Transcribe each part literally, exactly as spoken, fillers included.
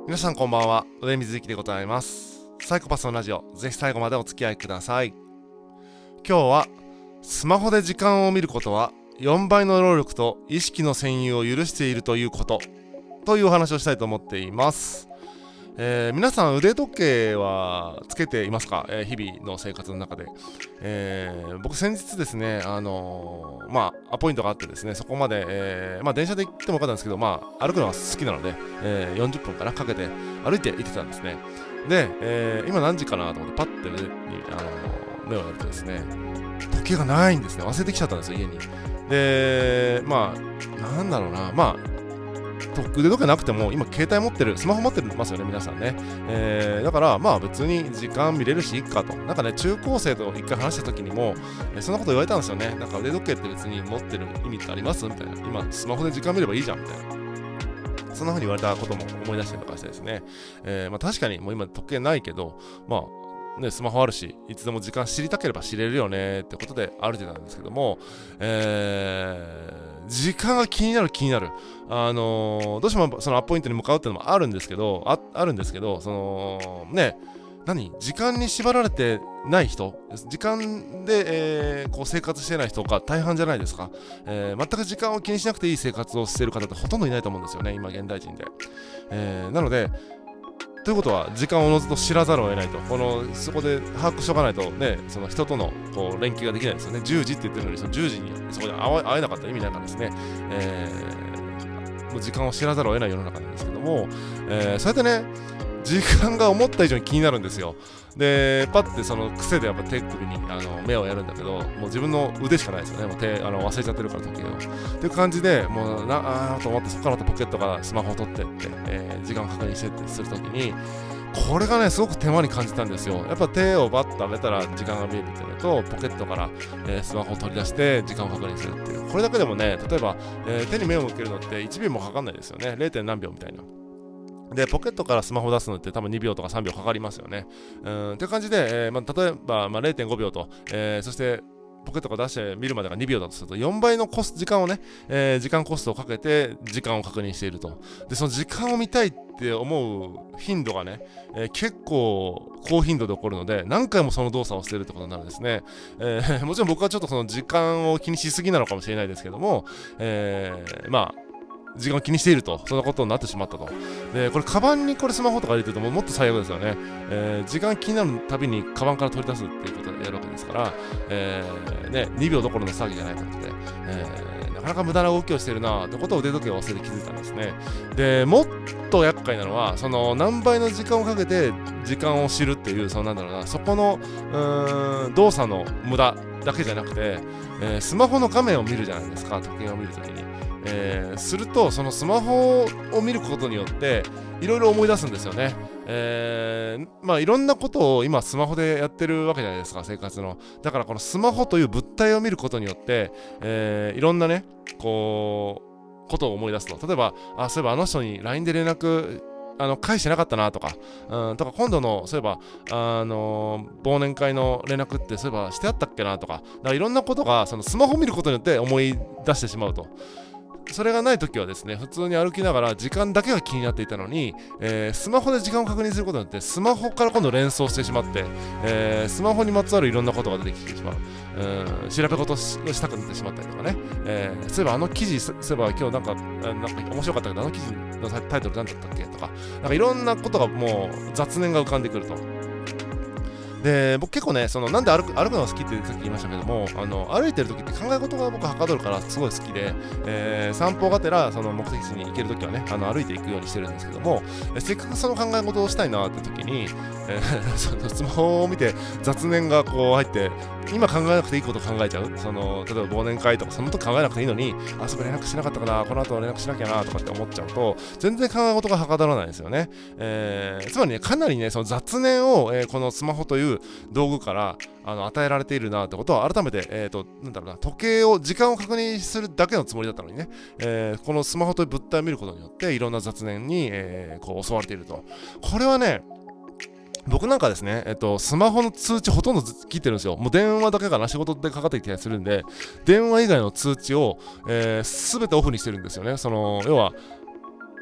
皆さんこんばんは、上水幸でございます。サイコパスのラジオ、ぜひ最後までお付き合いください。今日はスマホで時間を見ることはよんばいの労力と意識の占有を許しているということというお話をしたいと思っています。えー、皆さん腕時計はつけていますか？えー、日々の生活の中で、えー、僕先日ですね、あのー、まあアポイントがあってですね、そこまで、えー、まあ電車で行ってもよかったんですけど、まあ歩くのが好きなので、えー、よんじゅっぷんかなかけて歩いて行ってたんですね。で、えー、今何時かなと思ってパッて目に、あのー、目をやるとですね、時計がないんですね。忘れてきちゃったんですよ、家に。で、まあなんだろうな、まあ腕時計なくても今携帯持ってる、スマホ持ってますよね、皆さんね。えー、だからまあ別に時間見れるしいっかと。なんかね、中高生と一回話した時にも、えー、そんなこと言われたんですよね。なんか腕時計って別に持ってる意味ってありますみたいな。今スマホで時間見ればいいじゃんみたいな。そんな風に言われたことも思い出したりとかしてですね。えー、まあ確かにもう今時計ないけど、まあね、スマホあるし、いつでも時間知りたければ知れるよねってことで歩いてたんですけども、えー、時間が気になる気になる。あのー、どうしてもそのアポイントに向かうっていうのもあるんですけど、あ、あるんですけど、その、ね、何時間に縛られてない人、時間で、えー、こう生活してない人が大半じゃないですか、えー、全く時間を気にしなくていい生活をしている方ってほとんどいないと思うんですよね、今現代人で。えー、なので、ということは時間をおのずと知らざるを得ないと、このそこで把握しとかないとね、その人とのこう連携ができないですよね。じゅうじって言ってるのにそのじゅうじにそこで会えなかったら意味ないからですね、えー、もう時間を知らざるを得ない世の中なんですけども、えー、そうやってね、時間が思った以上に気になるんですよ。で、パッてその癖でやっぱ手首にあの目をやるんだけど、もう自分の腕しかないですよね。もう手あの忘れちゃってるから時計を。っていう感じで、もうなあーと思って、そこからまたポケットからスマホを取ってって、えー、時間を確認してってするときに、これがね、すごく手間に感じたんですよ。やっぱ手をバッと上げたら時間が見えるっていうのと、ポケットから、えー、スマホを取り出して時間を確認するっていう。これだけでもね、例えば、えー、手に目を向けるのっていちびょうもかかんないですよね。れい. 何秒みたいな。で、ポケットからスマホを出すのって多分にびょうとかさんびょうかかりますよね。うんっていう感じで、えーまあ、例えば、まあ、れいてんごびょうと、えー、そしてポケットから出して見るまでがにびょうだとするとよんばいのコス時間をね、えー、時間コストをかけて時間を確認していると。で、その時間を見たいって思う頻度がね、えー、結構高頻度で起こるので、何回もその動作をしているってことになるんですね。えー、もちろん僕はちょっとその時間を気にしすぎなのかもしれないですけども、えー、まあ時間を気にしていると、そんなことになってしまったと。で、これカバンにこれスマホとか入れてるともうもっと最悪ですよね。えー、時間気になるたびにカバンから取り出すっていうことをやるわけですから、えー、ね、にびょうどころの騒ぎじゃないと思って、えー、なかなか無駄な動きをしているなってことを腕時計を忘れて気づいたんですね。で、もっと厄介なのは、その何倍の時間をかけて時間を知るっていう、そのなんだろうな、そこのうーん動作の無駄だけじゃなくて、えー、スマホの画面を見るじゃないですか、時計を見るときに。えー、するとそのスマホを見ることによっていろいろ思い出すんですよね。えー、まあいろんなことを今スマホでやってるわけじゃないですか、生活の。だからこのスマホという物体を見ることによって、えー、いろんなねこうことを思い出すと。例えば、あ、そういえばあの人に ライン で連絡あの返してなかったなとか、うん、とか今度のそういえばあのー、忘年会の連絡ってそういえばしてあったっけなとか、だからいろんなことがそのスマホを見ることによって思い出してしまうと。それがないときはですね、普通に歩きながら時間だけが気になっていたのに、えー、スマホで時間を確認することによってスマホから今度連想してしまって、えー、スマホにまつわるいろんなことが出てきてしまう。うん、調べ事を し, したくなってしまったりとかね、えー、そういえばあの記事、そういえば今日なんかなんか面白かったけどあの記事のタイトル何だったっけとか、なんかいろんなことがもう雑念が浮かんでくると。で、僕結構ね、そのなんで歩く、歩くのが好きってさっき言いましたけども、あの歩いてる時って考え事が僕はかどるからすごい好きで、えー、散歩がてらその目的地に行ける時はね、あの歩いていくようにしてるんですけども、えせっかくその考え事をしたいなって時に、えー、そのスマホを見て雑念がこう入って、今考えなくていいこと考えちゃう。その例えば忘年会とかその時考えなくていいのに、あ、そこ連絡しなかったかな、この後連絡しなきゃなとかって思っちゃうと、全然考え事がはかどらないですよね。えー、つまりね、かなりね、その雑念を、えー、このスマホという道具からあの与えられているなってことは改めて、えーと、なんだろうな、時計を時間を確認するだけのつもりだったのにね、えー、このスマホという物体を見ることによっていろんな雑念に、えー、こう襲われていると。これはね、僕なんかですね、えっと、スマホの通知ほとんど切ってるんですよ。もう電話だけかな、仕事でかかってきたりするんで、電話以外の通知を、えー、全てオフにしてるんですよね。その要は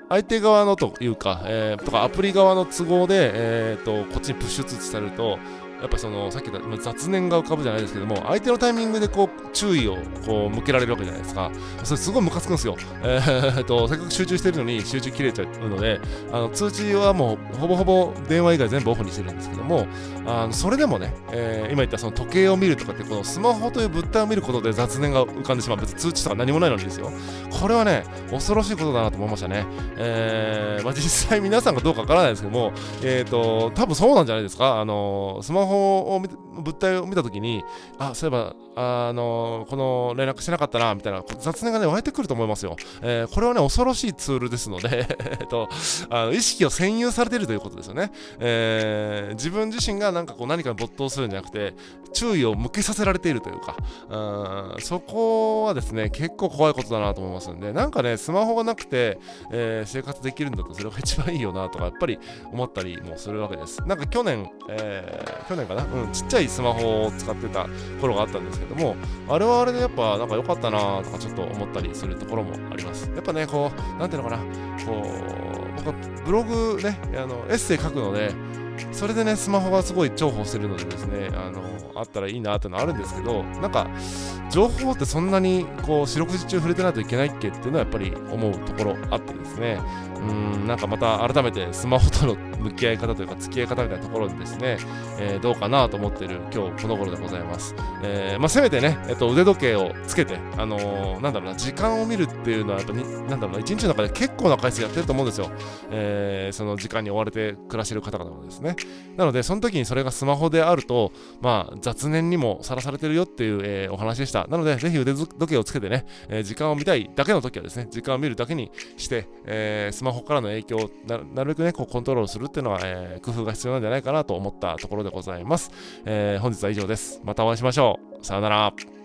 相手側のというか、えー、とかアプリ側の都合で、えー、とこっちにプッシュ通知されると、やっぱりそのさっき言った雑念が浮かぶじゃないですけども、相手のタイミングでこう注意をこう向けられるわけじゃないですか。それすごいムカつくんですよ。えー、とせっかく集中してるのに集中切れちゃうので、あの通知はもうほぼほぼ電話以外全部オフにしてるんですけども、あのそれでもね、えー、今言ったその時計を見るとかって、このスマホという物体を見ることで雑念が浮かんでしまう。別に通知とか何もないのにですよ。これはね、恐ろしいことだなと思いましたね。えーまあ、実際皆さんがどうかわからないですけども、えー、と多分そうなんじゃないですか。あのスマホを見物体を見たときに、あ、そういえばあのこの連絡してなかったなみたいな雑念がね湧いてくると思いますよ。えー、これはね恐ろしいツールですのでえっとあの意識を占有されているということですよね。えー、自分自身がなんかこう何かに没頭するんじゃなくて、注意を向けさせられているというか、うん、そこはですね結構怖いことだなと思いますんで、なんかねスマホがなくて、えー、生活できるんだとそれが一番いいよなとかやっぱり思ったりもするわけです。なんか去年、えー、去年かな、うん、ちっちゃいスマホを使ってた頃があったんですけども、あれはあれでやっぱなんか良かったなとかちょっと思ったりするところもあります。やっぱねこうなんていうのかな、こう僕はブログね、あのエッセイ書くので、それでねスマホがすごい重宝してるのでですね、あのあったらいいなってのはあるんですけど、なんか情報ってそんなにこう四六時中触れてないといけないっけっていうのはやっぱり思うところあってですね、うーんなんかまた改めてスマホとの向き合い方というか付き合い方みたいなところでですね、えー、どうかなと思っている今日この頃でございます。えー、まあせめてね、えっと、腕時計をつけて、あのー、なんだろうな、時間を見るっていうのはやっぱになんだろうな、一日の中で結構な回数やってると思うんですよ。えー、その時間に追われて暮らしている方々はですね。なのでその時にそれがスマホであると、まあ雑念にもさらされてるよっていう、えー、お話でした。なのでぜひ腕時計をつけてね、えー、時間を見たいだけの時はですね、時間を見るだけにして、えー、スマホからの影響を な, なるべくねこうコントロールするっていうのは、えー、工夫が必要なんじゃないかなと思ったところでございます。えー、本日は以上です。またお会いしましょう。さよなら。